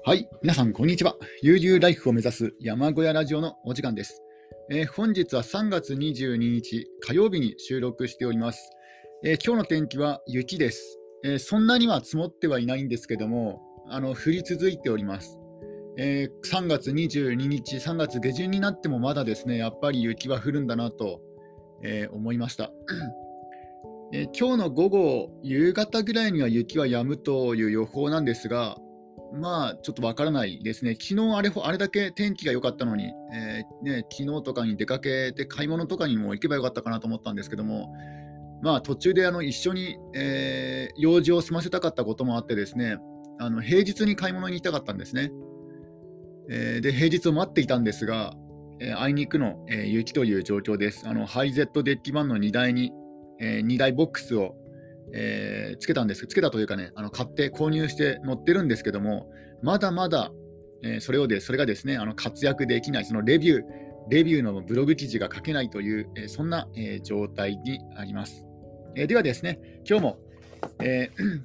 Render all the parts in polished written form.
はい、皆さん、こんにちは。悠々ライフを目指す山小屋ラジオのお時間です。本日は3月22日火曜日に収録しております。今日の天気は雪です。そんなには積もってはいないんですけども、降り続いております。3月22日、3月下旬になってもまだですね、やっぱり雪は降るんだなと、思いました。今日の午後、夕方ぐらいには雪は止むという予報なんですが、ちょっとわからないですね。昨日あれだけ天気が良かったのに、昨日とかに出かけて買い物とかにも行けばよかったかなと思ったんですけども、途中で一緒に、用事を済ませたかったこともあってですね、平日に買い物に行きたかったんですね。で、平日を待っていたんですが、あいにくの、雪という状況です。ハイゼットデッキ版の荷台に、荷台ボックスをつけたというかね、買って購入して乗ってるんですけども、まだまだ、それがですね、活躍できない、そのレビューのブログ記事が書けないという、そんな、状態にあります。ではですね、今日も、えー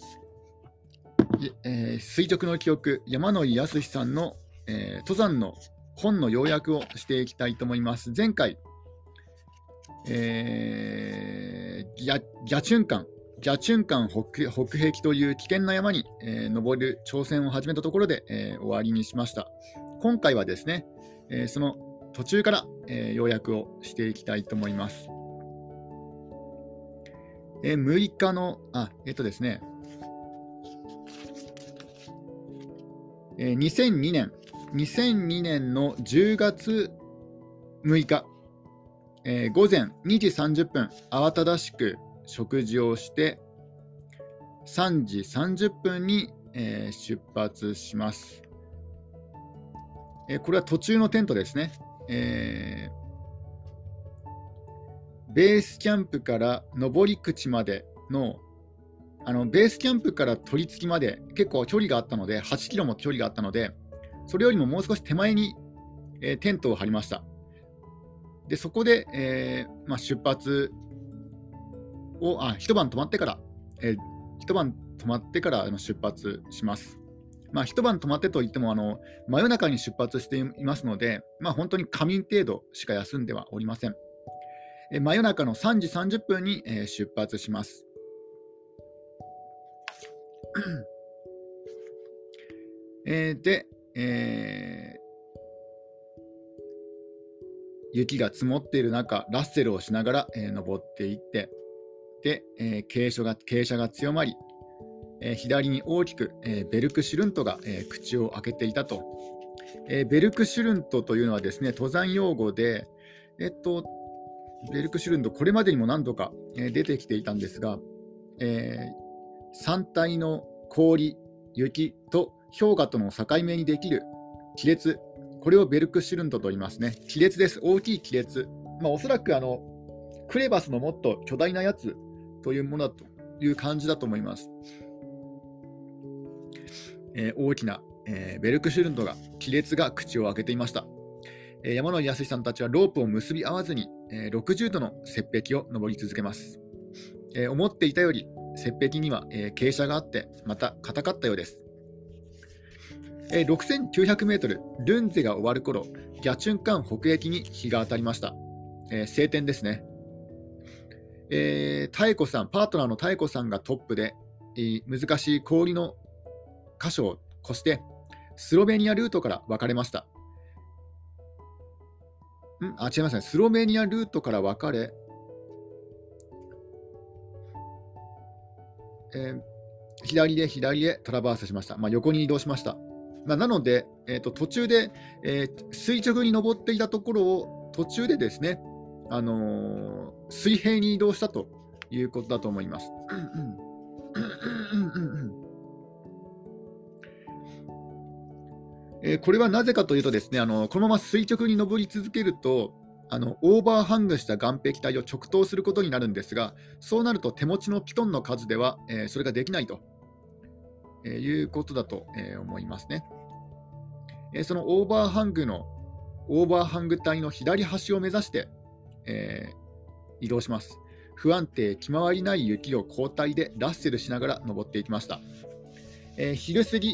垂直の記憶、山野井康さんの、登山の本の要約をしていきたいと思います。前回、ギャチュンカン北壁という危険な山に、登る挑戦を始めたところで、終わりにしました。今回はですね、その途中から、要約をしていきたいと思います。6日の、ですね、2002年の10月6日、午前2時30分、慌ただしく食事をして3時30分に、出発します。これは途中のテントですね。ベースキャンプから登り口までのベースキャンプから取り付きまで結構距離があったので、8キロも距離があったので、それよりももう少し手前に、テントを張りました。でそこで、出発を一晩泊まってから、出発します。一晩泊まってといっても真夜中に出発していますので、本当に仮眠程度しか休んではおりません。真夜中の3時30分に、出発します。で、雪が積もっている中、ラッセルをしながら、登っていって、で、傾斜が強まり、左に大きく、ベルクシュルントが、口を開けていたと。ベルクシュルントというのはですね、登山用語で、ベルクシュルント、これまでにも何度か、出てきていたんですが、山体の氷、雪と氷河との境目にできる亀裂、これをベルクシュルントと言いますね。亀裂です。大きい亀裂。おそらくクレバスのもっと巨大なやつというものだという感じだと思います。大きな、ベルクシュルントが亀裂が口を開けていました。山野井康さんたちはロープを結び合わずに、60度の雪壁を登り続けます。思っていたより雪壁には、傾斜があってまた硬かったようです。6900メートル、ルンゼが終わる頃、ギャチュンカン北壁に日が当たりました。晴天ですね。パートナーの妙子さんがトップで、難しい氷の箇所を越してスロベニアルートから分かれました。違いますね。スロベニアルートから分かれ、左へトラバースしました。横に移動しました。なので、途中で、垂直に登っていたところを途中でですね、水平に移動したということだと思います。これはなぜかというとですね、このまま垂直に登り続けるとオーバーハングした岩壁帯を直投することになるんですが、そうなると手持ちのピトンの数では、それができないと、いうことだと、思いますね。そのオーバーハング帯の左端を目指して、移動します。不安定気回りない雪を交代でラッセルしながら登っていきました。昼過ぎ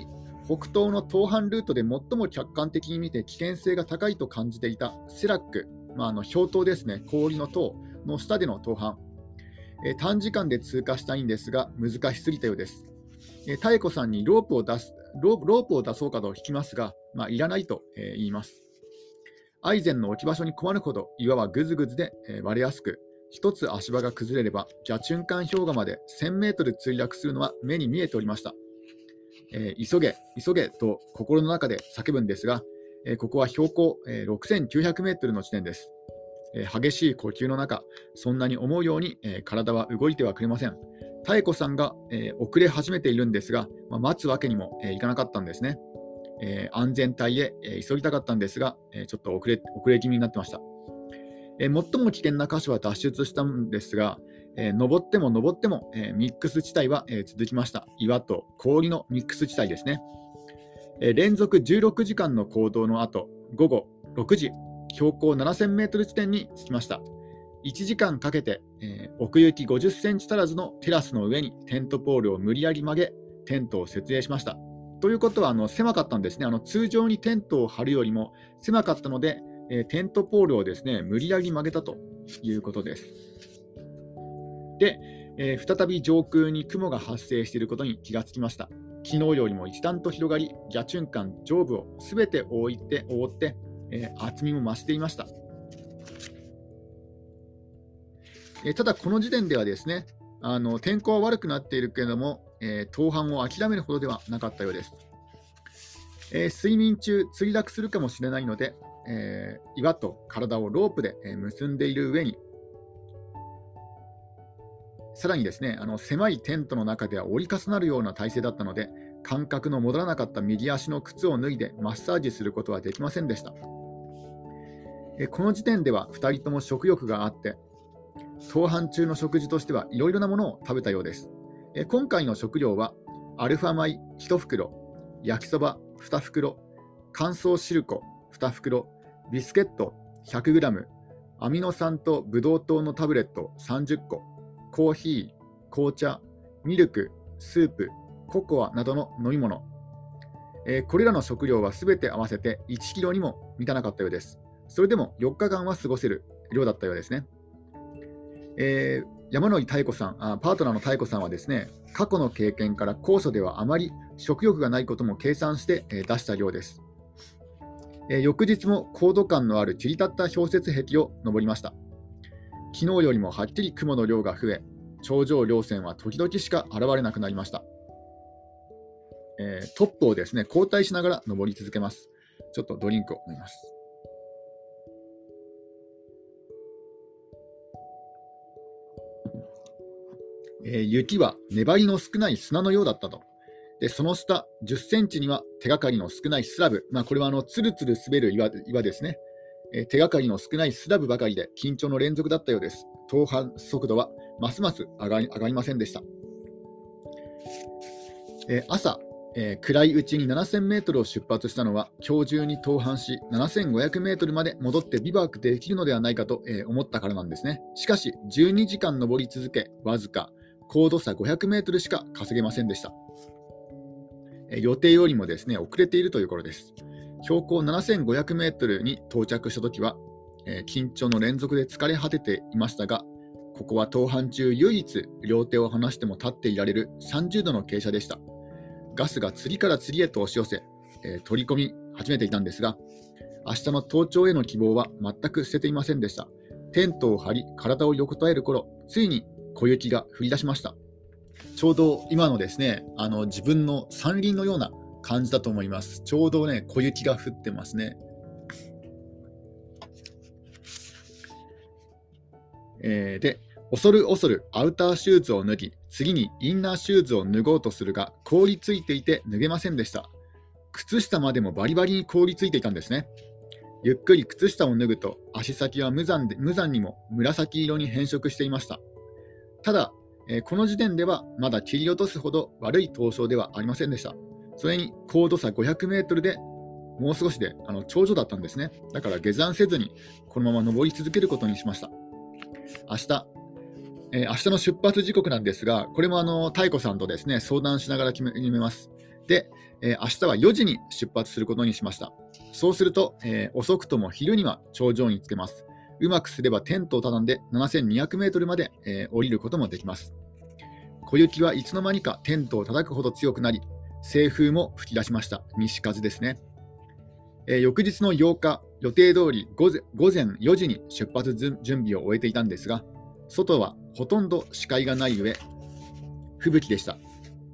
北東の登攀ルートで最も客観的に見て危険性が高いと感じていたセラック、氷塔ですね、氷の塔の下での登攀、短時間で通過したいんですが難しすぎたようです。妙子さんにロープを出そうかと聞きますが、いらないと言います。アイゼンの置き場所に困るほど岩はぐずぐずで割れやすく、一つ足場が崩れればギャチュンカン氷河まで1000メートル墜落するのは目に見えておりました。急げ急げと心の中で叫ぶんですが、ここは標高6900メートルの地点です。激しい呼吸の中、そんなに思うように体は動いてはくれません。妙子さんが遅れ始めているんですが、待つわけにもいかなかったんですね。安全帯へ急ぎたかったんですが、ちょっと遅れ気味になってました。最も危険な箇所は脱出したんですが、登っても登ってもミックス地帯は続きました。岩と氷のミックス地帯ですね。連続16時間の行動の後、午後6時、標高7000メートル地点に着きました。1時間かけて、奥行き50センチ足らずのテラスの上にテントポールを無理やり曲げ、テントを設営しました。ということは狭かったんですね。通常にテントを張るよりも狭かったので、テントポールをですね、無理やり曲げたということです。で、再び上空に雲が発生していることに気がつきました。昨日よりも一段と広がり、ギャチュンカン上部をすべて覆って、厚みも増していました。ただこの時点ではですね、天候は悪くなっているけれども、登攀を諦めるほどではなかったようです。睡眠中墜落するかもしれないので、岩と体をロープで結んでいる上に、さらにですね、狭いテントの中では折り重なるような体勢だったので、感覚の戻らなかった右足の靴を脱いでマッサージすることはできませんでした。この時点では2人とも食欲があって、登攀中の食事としてはいろいろなものを食べたようです。今回の食料はアルファ米1袋、焼きそば2袋、乾燥シルコ2袋、ビスケット 100g、アミノ酸とブドウ糖のタブレット30個、コーヒー、紅茶、ミルク、スープ、ココアなどの飲み物、これらの食料はすべて合わせて1キロにも満たなかったようです。それでも4日間は過ごせる量だったようですね。山野井妙子さん、パートナーの妙子さんはですね、過去の経験から高所ではあまり食欲がないことも計算して出した量です。翌日も高度感のある切り立った氷雪壁を登りました。昨日よりもはっきり雲の量が増え、頂上稜線は時々しか現れなくなりました。トップをですね、交代しながら登り続けます。ちょっとドリンクを飲みます。雪は粘りの少ない砂のようだったと。でその下10センチには手がかりの少ないスラブ、これはつるつる滑る岩ですね。手がかりの少ないスラブばかりで緊張の連続だったようです。登攀速度はますます上がりませんでした。朝、暗いうちに7000メートルを出発したのは今日中に登攀し7500メートルまで戻ってビバークできるのではないかと思ったからなんですね。しかし12時間登り続け、わずか高度差500メートルしか稼げませんでした。予定よりもですね遅れているということです。標高7500メートルに到着したときは、緊張の連続で疲れ果てていましたが、ここは登攀中唯一両手を離しても立っていられる30度の傾斜でした。ガスが次から次へと押し寄せ、取り込み始めていたんですが、明日の登頂への希望は全く捨てていませんでした。テントを張り体を横たえる頃、ついに小雪が降り出しました。ちょうど今のですね、自分の山林のような感じだと思います。ちょうどね、小雪が降ってますね。で、恐る恐るアウターシューズを脱ぎ、次にインナーシューズを脱ごうとするが、凍りついていて脱げませんでした。靴下までもバリバリに凍りついていたんですね。ゆっくり靴下を脱ぐと、足先は無残にも紫色に変色していました。ただ、この時点ではまだ切り落とすほど悪い凍傷ではありませんでした。それに高度差500メートルでもう少しで頂上だったんですね。だから下山せずにこのまま登り続けることにしました。明日の出発時刻なんですが、これも妙子さんとですね相談しながら決めます。 で、明日は4時に出発することにしました。そうすると、遅くとも昼には頂上に着けます。うまくすればテントを畳んで7200メートルまで、降りることもできます。小雪はいつの間にかテントを叩くほど強くなり、西風も吹き出しました。西風ですね。翌日の8日、予定通り午前4時に出発準備を終えていたんですが、外はほとんど視界がない上、吹雪でした。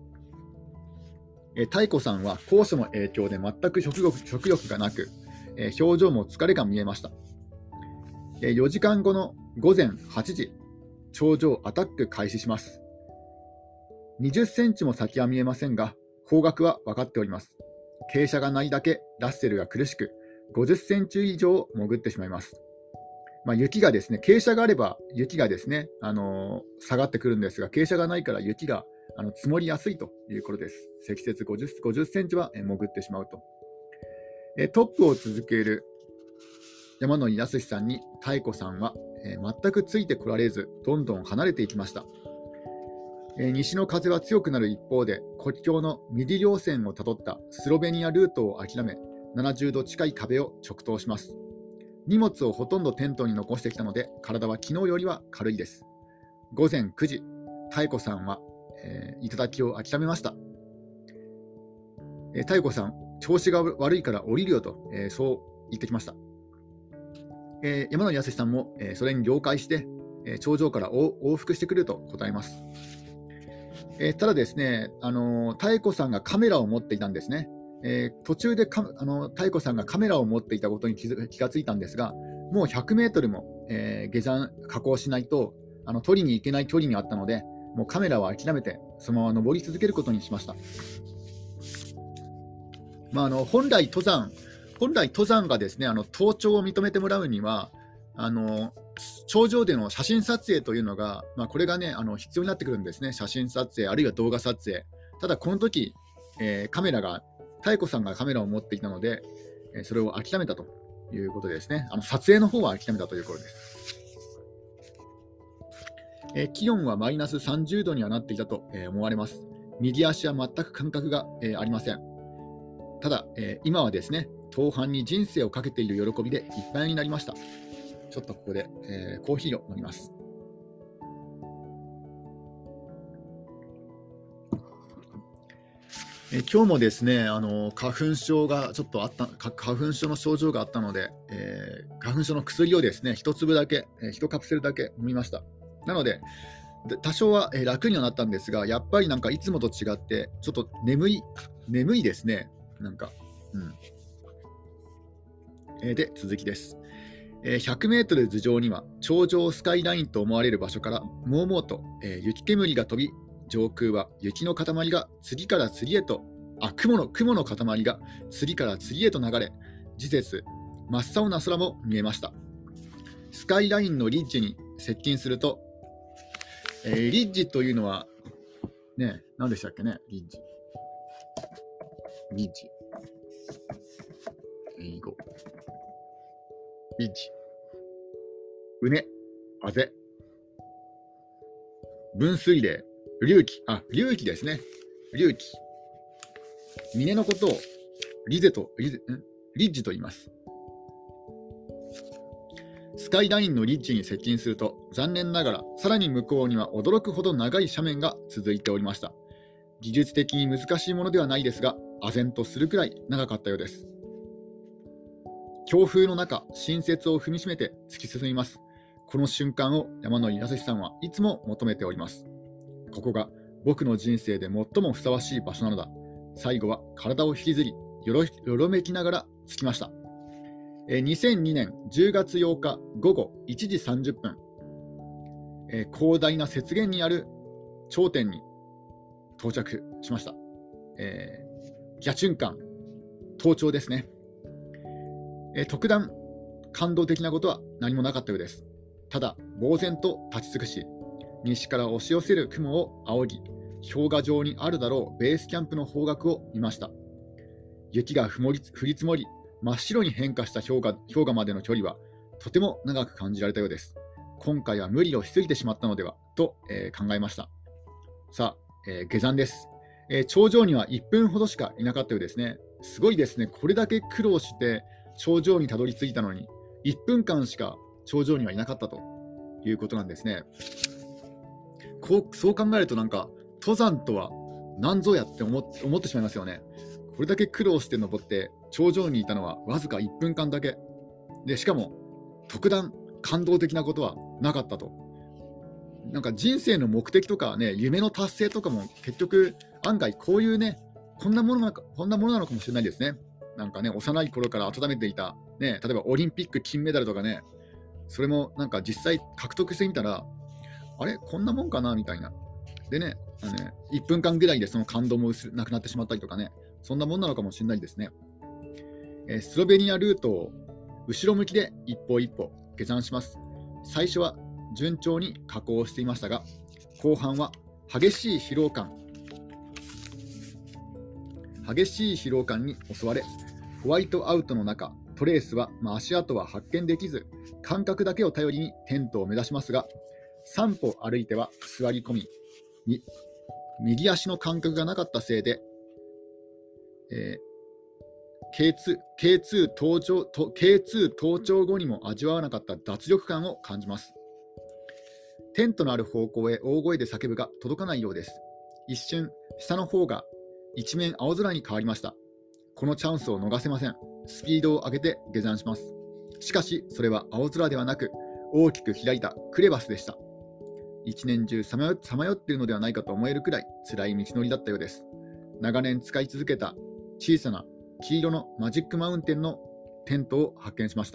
太子さんは高所の影響で全く食欲がなく、表情も疲れが見えました。4時間後の午前8時、頂上アタック開始します。20センチも先は見えませんが、方角は分かっております。傾斜がないだけラッセルが苦しく、50センチ以上潜ってしまいます。雪がですね、傾斜があれば雪がですね、下がってくるんですが、傾斜がないから雪が積もりやすいということです。積雪50センチは潜ってしまうと。トップを続ける山野康さんに太子さんは全くついてこられず、どんどん離れていきました。西の風は強くなる一方で、国境のミディ稜線をたどったスロベニアルートを諦め、70度近い壁を直投します。荷物をほとんどテントに残してきたので、体は昨日よりは軽いです。午前9時、太子さんは、頂を諦めました。太子さん、調子が悪いから降りるよと、そう言ってきました。山野康さんも、それに了解して、頂上から往復してくると答えます。ただですね、太子さんがカメラを持っていたんですね。途中で太子さんがカメラを持っていたことに気がついたんですが、もう100メートルも、下山下降しないと取りに行けない距離にあったので、もうカメラは諦めてそのまま登り続けることにしました。本来登山がですね、登頂を認めてもらうには頂上での写真撮影というのが、これがね必要になってくるんですね。写真撮影あるいは動画撮影。ただこの時、太子さんがカメラを持っていたので、それを諦めたということですね。撮影の方は諦めたということです。気温はマイナス30度にはなっていたと思われます。右足は全く感覚がありません。ただ、今はですね、登攀に人生をかけている喜びでいっぱいになりました。ちょっとここで、コーヒーを飲みます。今日もですね、花粉症がちょっとあった、花粉症の症状があったので、花粉症の薬をですね、一粒だけ、一カプセルだけ飲みました。なので、多少は楽にはなったんですが、やっぱりなんかいつもと違って、ちょっと眠いですね。なんか、で、続きです。100メートル頭上には頂上スカイラインと思われる場所からもうもうと、雪煙が飛び、上空は雪の塊が次から次へと雲の塊が次から次へと流れ、時節真っ青な空も見えました。スカイラインのリッジに接近すると、リッジというのはね、何でしたっけね。リッジ英語リッジ、うね、あぜ、分水嶺、隆起ですね。隆起。峰のことをリッジと言います。スカイラインのリッジに接近すると、残念ながらさらに向こうには驚くほど長い斜面が続いておりました。技術的に難しいものではないですが、唖然とするくらい長かったようです。強風の中、新雪を踏みしめて突き進みます。この瞬間を山野井康さんはいつも求めております。ここが僕の人生で最もふさわしい場所なのだ。最後は体を引きずり、よろめきながら着きました。2002年10月8日午後1時30分、広大な雪原にある頂点に到着しました。ギャチュンカン登頂ですね。特段感動的なことは何もなかったようです。ただ呆然と立ち尽くし、西から押し寄せる雲を仰ぎ、氷河上にあるだろうベースキャンプの方角を見ました。雪が降り積もり、真っ白に変化した氷河までの距離はとても長く感じられたようです。今回は無理をしすぎてしまったのではと、考えました。さあ、下山です。 頂上には1分ほどしかいなかったようですね。すごいですね。これだけ苦労して頂上にたどり着いたのに、1分間しか頂上にはいなかったということなんですね。そう考えると、なんか登山とは何ぞやって思ってしまいますよね。これだけ苦労して登って頂上にいたのはわずか1分間だけで、しかも特段感動的なことはなかったと。なんか人生の目的とかね、夢の達成とかも結局案外こういうね、こんなものなのかもしれないですね。なんかね、幼い頃から温めていた、ね、例えばオリンピック金メダルとかね、それもなんか実際獲得してみたら、あれこんなもんかなみたいな。でね、1分間ぐらいでその感動もなくなってしまったりとかね、そんなもんなのかもしれないですね。スロベニアルートを後ろ向きで一歩一歩下山します。最初は順調に下降していましたが、後半は激しい疲労感に襲われ、ホワイトアウトの中、トレースは、足跡は発見できず、感覚だけを頼りにテントを目指しますが、3歩歩いては座り込み、右足の感覚がなかったせいで、K2 登頂後にも味わわなかった脱力感を感じます。テントのある方向へ大声で叫ぶが届かないようです。一瞬、下の方が一面青空に変わりました。このチャンスを逃せません。スピードを上げて下山します。しかし、それは青空ではなく、大きく開いたクレバスでした。一年中さまよっているのではないかと思えるくらい辛い道のりだったようです。長年使い続けた小さな黄色のマジックマウンテンのテントを発見しました。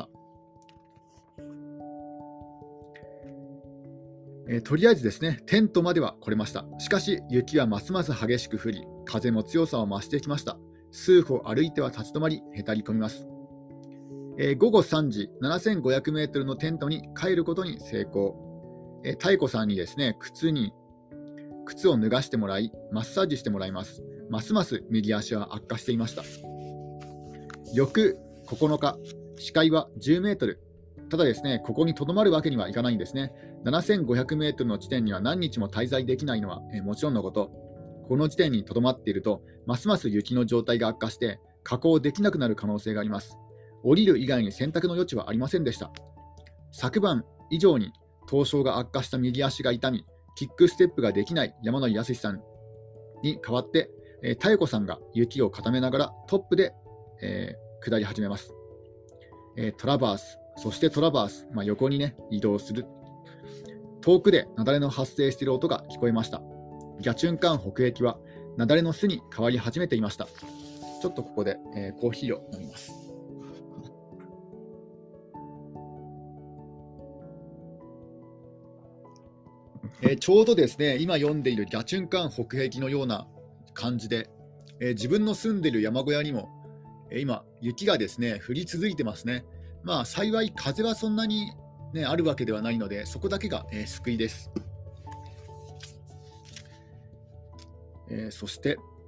とりあえずですね、テントまでは来れました。しかし雪はますます激しく降り、風も強さを増してきました。数歩歩いては立ち止まり、へたり込みます。午後3時、7500メートルのテントに帰ることに成功。妙子さんにですね、靴を脱がしてもらい、マッサージしてもらいます。ますます右足は悪化していました。翌9日、視界は10メートル。ただですね、ここにとどまるわけにはいかないんですね。7500メートルの地点には何日も滞在できないのはもちろんのこと、この地点にとどまっていると、ますます雪の状態が悪化して、下降できなくなる可能性があります。降りる以外に選択の余地はありませんでした。昨晩以上に凍傷が悪化した右足が痛み、キックステップができない山野井康さんに代わって、妙子さんが雪を固めながらトップで、下り始めます。トラバース、そしてトラバース、横にね、移動する。遠くで雪崩の発生している音が聞こえました。ギャチュンカン北壁は雪崩の巣に変わり始めていました。ちょっとここで、コーヒーを飲みます。ちょうどですね、今読んでいるギャチュンカン北壁のような感じで、自分の住んでいる山小屋にも、今、雪がですね、降り続いてますね。幸い風はそんなに、あるわけではないので、そこだけが、救いです。そして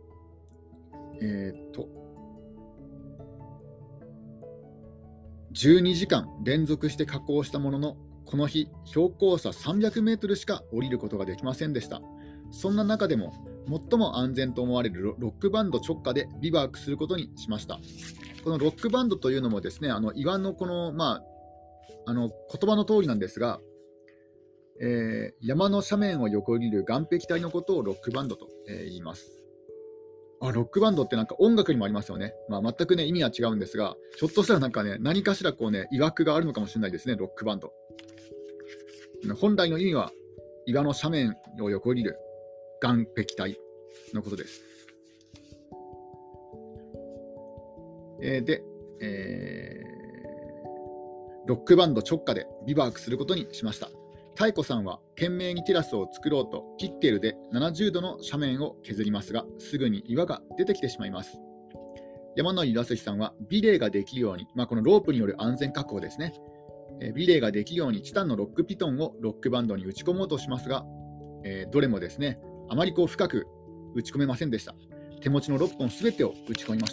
、12時間連続して下降したものの、この日、標高差300メートルしか降りることができませんでした。そんな中でも、最も安全と思われるロックバンド直下でビバークすることにしました。このロックバンドというのもですね、岩のこの、言葉の通りなんですが、山の斜面を横切る岩壁帯のことをロックバンドと、言います。ロックバンドってなんか音楽にもありますよね。全くね、意味は違うんですが、ひょっとしたらなんかね、何かしらこうね、曰くがあるのかもしれないですね、ロックバンド。本来の意味は、岩の斜面を横切る岩壁帯のことです。で、ロックバンド直下でビバークすることにしました。妙子さんは懸命にテラスを作ろうとピッケルで70度の斜面を削りますが、すぐに岩が出てきてしまいます。山野井康さんはビレーができるように、このロープによる安全確保ですね、ビレーができるようにチタンのロックピトンをロックバンドに打ち込もうとしますが、どれもですね、あまり深く打ち込めませんでした。手持ちの6本すべてを打ち込みました。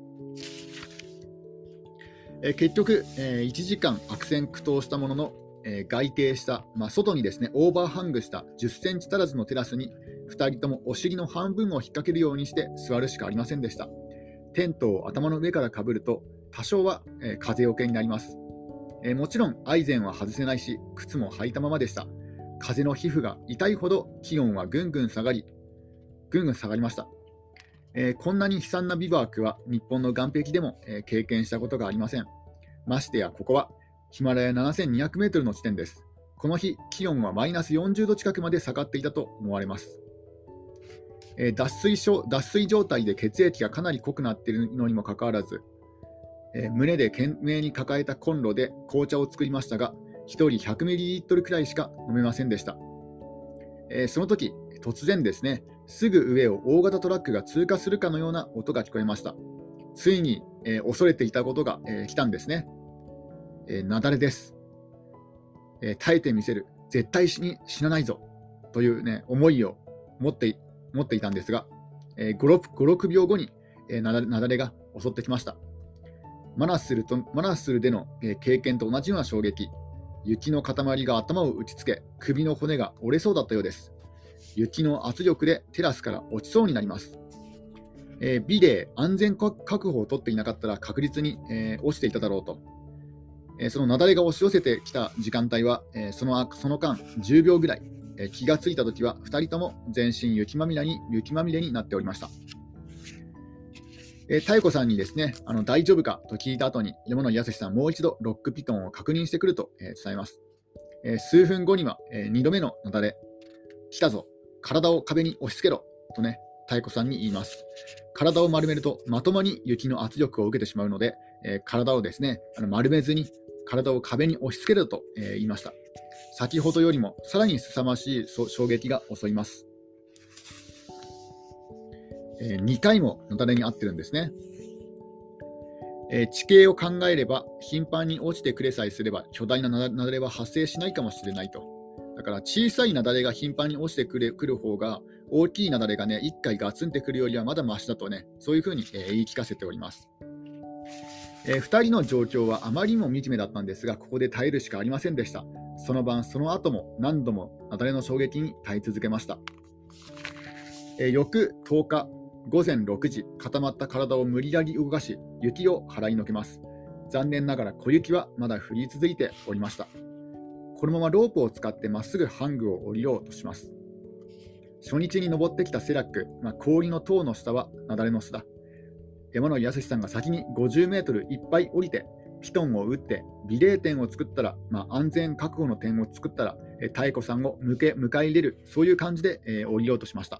結局、1時間悪戦苦闘したものの、外堤した、外にですね、オーバーハングした10センチ足らずのテラスに 2人ともお尻の半分を引っ掛けるようにして座るしかありませんでした。テントを頭の上からかぶると多少は、風よけになります。もちろんアイゼンは外せないし、靴も履いたままでした。風の皮膚が痛いほど気温はぐんぐん下がりました。こんなに悲惨なビバークは日本の岸壁でも、経験したことがありません。ましてやここはヒマラヤ7200メートルの地点です。この日、気温はマイナス40度近くまで下がっていたと思われます。脱水状態で血液がかなり濃くなっているのにもかかわらず、胸で懸命に抱えたコンロで紅茶を作りましたが、1人 100ml くらいしか飲めませんでした。その時、突然ですね、すぐ上を大型トラックが通過するかのような音が聞こえました。ついに、恐れていたことが、来たんですね。雪崩です。耐えてみせる、絶対に死なないぞという、思いを持っていたんですが、5、6秒後に、雪崩が襲ってきました。マナッスルでの、経験と同じような衝撃、雪の塊が頭を打ちつけ、首の骨が折れそうだったようです。雪の圧力でテラスから落ちそうになります。ビデー安全確保を取っていなかったら確実に、落ちていただろうと。その雪崩が押し寄せてきた時間帯は、その間10秒ぐらい、気がついたときは2人とも全身雪まみれになっておりました。妙子さんにですね、大丈夫かと聞いた後に山野康さんもう一度ロックピトンを確認してくると、伝えます。数分後には、2度目の雪崩、来たぞ、体を壁に押し付けろとね、妙子さんに言います。体を丸めるとまともに雪の圧力を受けてしまうので、体をですね、丸めずに体を壁に押し付けると、言いました。先ほどよりもさらに凄まじい衝撃が襲います。2回も雪崩に遭ってるんですね。地形を考えれば頻繁に落ちてくれさえすれば巨大な雪崩は発生しないかもしれないと。だから小さい雪崩が頻繁に落ちてくる方が大きい雪崩がね1回ガツンってくるよりはまだマシだとね、そういうふうに、言い聞かせております。2人の状況はあまりにも惨めだったんですが、ここで耐えるしかありませんでした。その晩その後も何度も雪崩の衝撃に耐え続けました。翌10日午前6時、固まった体を無理やり動かし、雪を払いのけます。残念ながら小雪はまだ降り続いておりました。このままロープを使ってまっすぐハングを降りようとします。初日に登ってきたセラック、氷の塔の下は雪崩の巣だ。山野康さんが先に50メートルいっぱい降りて、ピトンを打って、ビレー点を作ったら、安全確保の点を作ったら、妙子さんを迎え入れる、そういう感じで、降りようとしました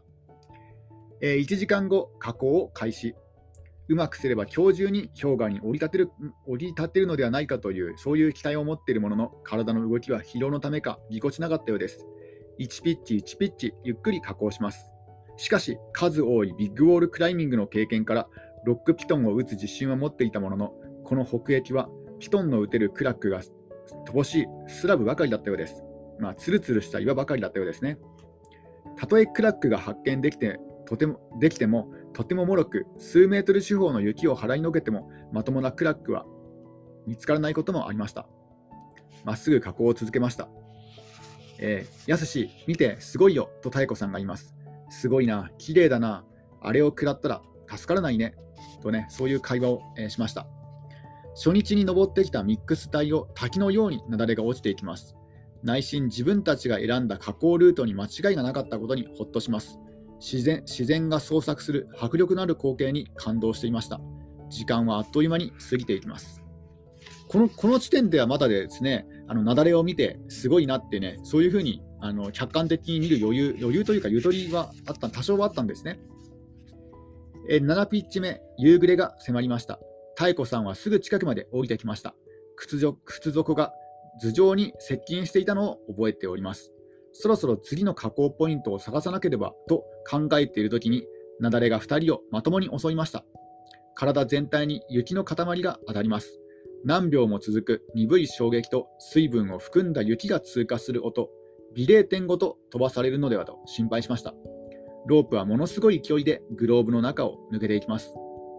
。1時間後、下降を開始。うまくすれば今日中に氷河に降り立てるのではないかという、そういう期待を持っているものの、体の動きは疲労のためかぎこちなかったようです。1ピッチ1ピッチゆっくり下降します。しかし数多いビッグウォールクライミングの経験からロックピトンを打つ自信は持っていたものの、この北壁はピトンの打てるクラックが乏しいスラブばかりだったようです。ツルツルした岩ばかりだったようですね。たとえクラックが発見できてもとても脆く、数メートル四方の雪を払いのけてもまともなクラックは見つからないこともありました。まっすぐ下降を続けました。やすし、見て、すごいよと妙子さんが言います。すごいな、綺麗だな、あれを食らったら助からないねとね、そういう会話を、しました。初日に登ってきたミックス帯を滝のように雪崩が落ちていきます。内心自分たちが選んだ下降ルートに間違いがなかったことにほっとします。自然が創作する迫力のある光景に感動していました。時間はあっという間に過ぎていきます。この地点ではまだですね、雪崩を見てすごいなってね、そういうふうに客観的に見る余裕というかゆとりは多少はあったんですね。7ピッチ目、夕暮れが迫りました。妙子さんはすぐ近くまで降りてきました。靴底が頭上に接近していたのを覚えております。そろそろ次の下降ポイントを探さなければと考えているときに、雪崩が2人をまともに襲いました。体全体に雪の塊が当たります。何秒も続く鈍い衝撃と水分を含んだ雪が通過する音、ビレー点ごと飛ばされるのではと心配しました。ロープはものすごい勢いでグローブの中を抜けていきます。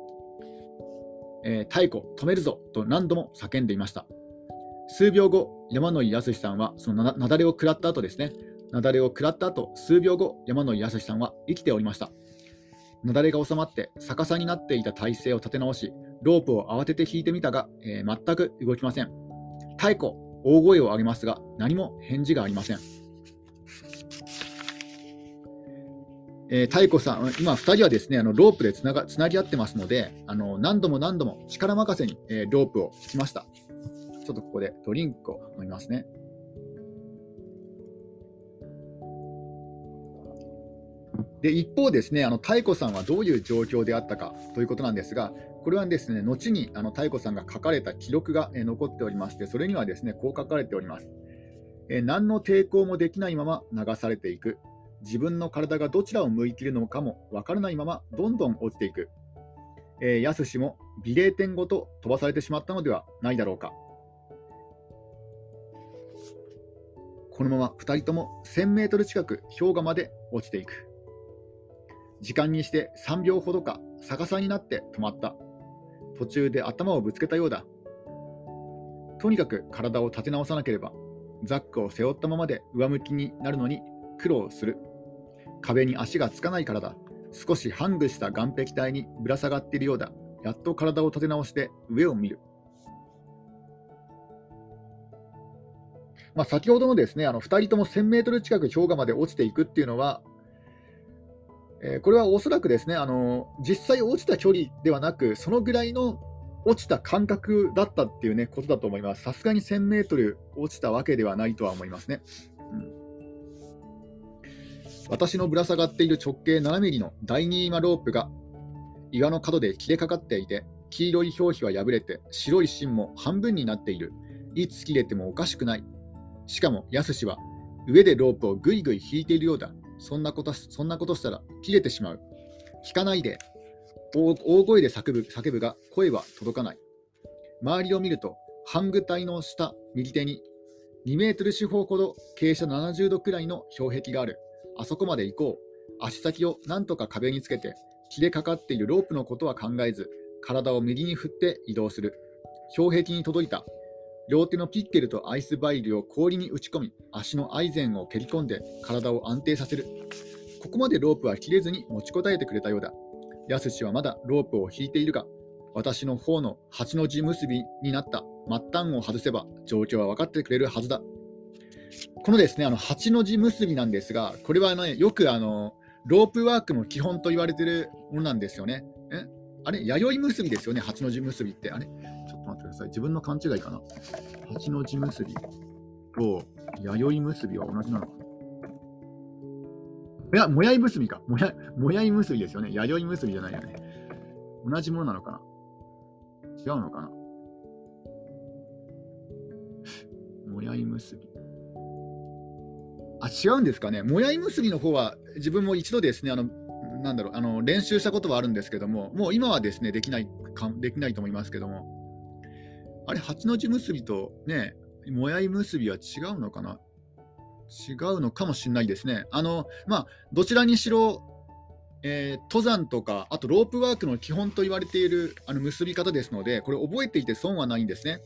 妙子、止めるぞと何度も叫んでいました。数秒後、山野井康さんはその雪崩を食らった後ですね、 雪崩を食らった後、数秒後、山野井康さんは生きておりました。雪崩が収まって逆さになっていた体勢を立て直し、ロープを慌てて引いてみたが、全く動きません。太鼓、大声を上げますが、何も返事がありません。太鼓さん、今2人はですね、ロープでつなぎ合ってますので、何度も力任せに、ロープを引きました。ちょっとここでドリンクを飲みますね。で一方ですね、太鼓さんはどういう状況であったかということなんですが、これはですね、後に太鼓さんが書かれた記録が残っておりまして、それにはですね、こう書かれております。何の抵抗もできないまま流されていく。自分の体がどちらを向いているのかもわからないままどんどん落ちていく。やすしも美麗点ごと飛ばされてしまったのではないだろうか。このまま2人とも1000メートル近く氷河まで落ちていく。時間にして3秒ほどか逆さになって止まった。途中で頭をぶつけたようだ。とにかく体を立て直さなければ、ザックを背負ったままで上向きになるのに苦労する。壁に足がつかないからだ。少しハングした岸壁体にぶら下がっているようだ。やっと体を立て直して上を見る。先ほどのですね、2人とも1000メートル近く氷河まで落ちていくっていうのは、これはおそらくですね、実際落ちた距離ではなく、そのぐらいの落ちた感覚だったっていうね、ことだと思います。さすがに1000メートル落ちたわけではないとは思いますね。私のぶら下がっている直径7ミリの第2今ロープが岩の角で切れかかっていて、黄色い表皮は破れて白い芯も半分になっている。いつ切れてもおかしくない。しかもやすしは上でロープをぐいぐい引いているようだ。そんなことしたら切れてしまう。引かないで。大声で叫ぶが声は届かない。周りを見るとハング帯の下右手に2メートル四方ほど傾斜70度くらいの氷壁がある。あそこまで行こう。足先をなんとか壁につけて切れかかっているロープのことは考えず、体を右に振って移動する。氷壁に届いた。両手のピッケルとアイスバイルを氷に打ち込み、足のアイゼンを蹴り込んで体を安定させる。ここまでロープは切れずに持ちこたえてくれたようだ。やすしはまだロープを引いているが、私の方の8の字結びになった末端を外せば状況は分かってくれるはずだ。このですね、8の字結びなんですが、これはね、よくロープワークの基本と言われているものなんですよね。あれ、弥生結びですよね、8の字結びって。あれ、ちょっと待ってください。自分の勘違いかな。8の字結びと弥生結びは同じなのかな。いや、もやい結びか。もやい結びですよね。弥生結びじゃないよね。同じものなのかな。違うのかな。もやい結び。違うんですかね。もやい結びの方は自分も一度ですね、練習したことはあるんですけども、もう今はですね、できないと思いますけども、あれ、8の字結びとね、もやい結びは違うのかな。違うのかもしれないですね。どちらにしろ、登山とか、あとロープワークの基本と言われている結び方ですので、これ覚えていて損はないんですね。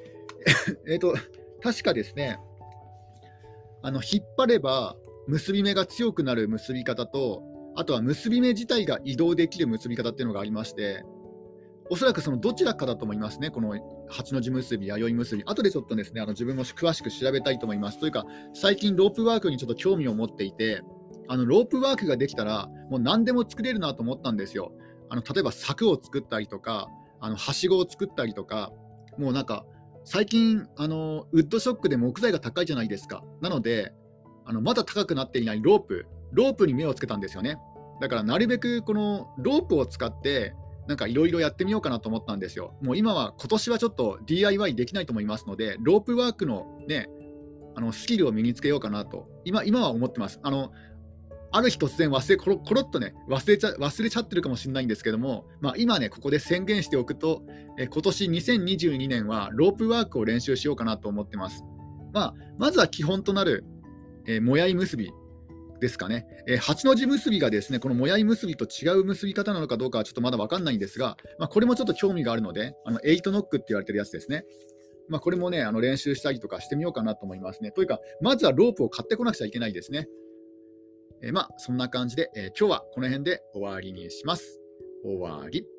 確かですね、引っ張れば結び目が強くなる結び方と、あとは結び目自体が移動できる結び方っていうのがありまして、おそらくそのどちらかだと思いますね。この8の字結び、弥生結び。後でちょっとですね、自分も詳しく調べたいと思います。というか、最近ロープワークにちょっと興味を持っていて、ロープワークができたら、もう何でも作れるなと思ったんですよ。例えば柵を作ったりとか、はしごを作ったりとか、もうなんか、最近ウッドショックで木材が高いじゃないですか。なのでまだ高くなっていないロープに目をつけたんですよね。だからなるべくこのロープを使ってなんかいろいろやってみようかなと思ったんですよ。もう今年はちょっと DIY できないと思いますので、ロープワークのねスキルを身につけようかなと今は思ってます。ある日突然コロッとね忘れちゃってるかもしれないんですけども、今ねここで宣言しておくと、今年2022年はロープワークを練習しようかなと思ってます。まずは基本となる、もやい結びですかね。8の字結びがですね、このもやい結びと違う結び方なのかどうかはちょっとまだ分かんないんですが、これもちょっと興味があるので、8ノックって言われてるやつですね。 これもね、練習したりとかしてみようかなと思いますね。というか、まずはロープを買ってこなくちゃいけないですね。そんな感じで、今日はこの辺で終わりにします。終わり。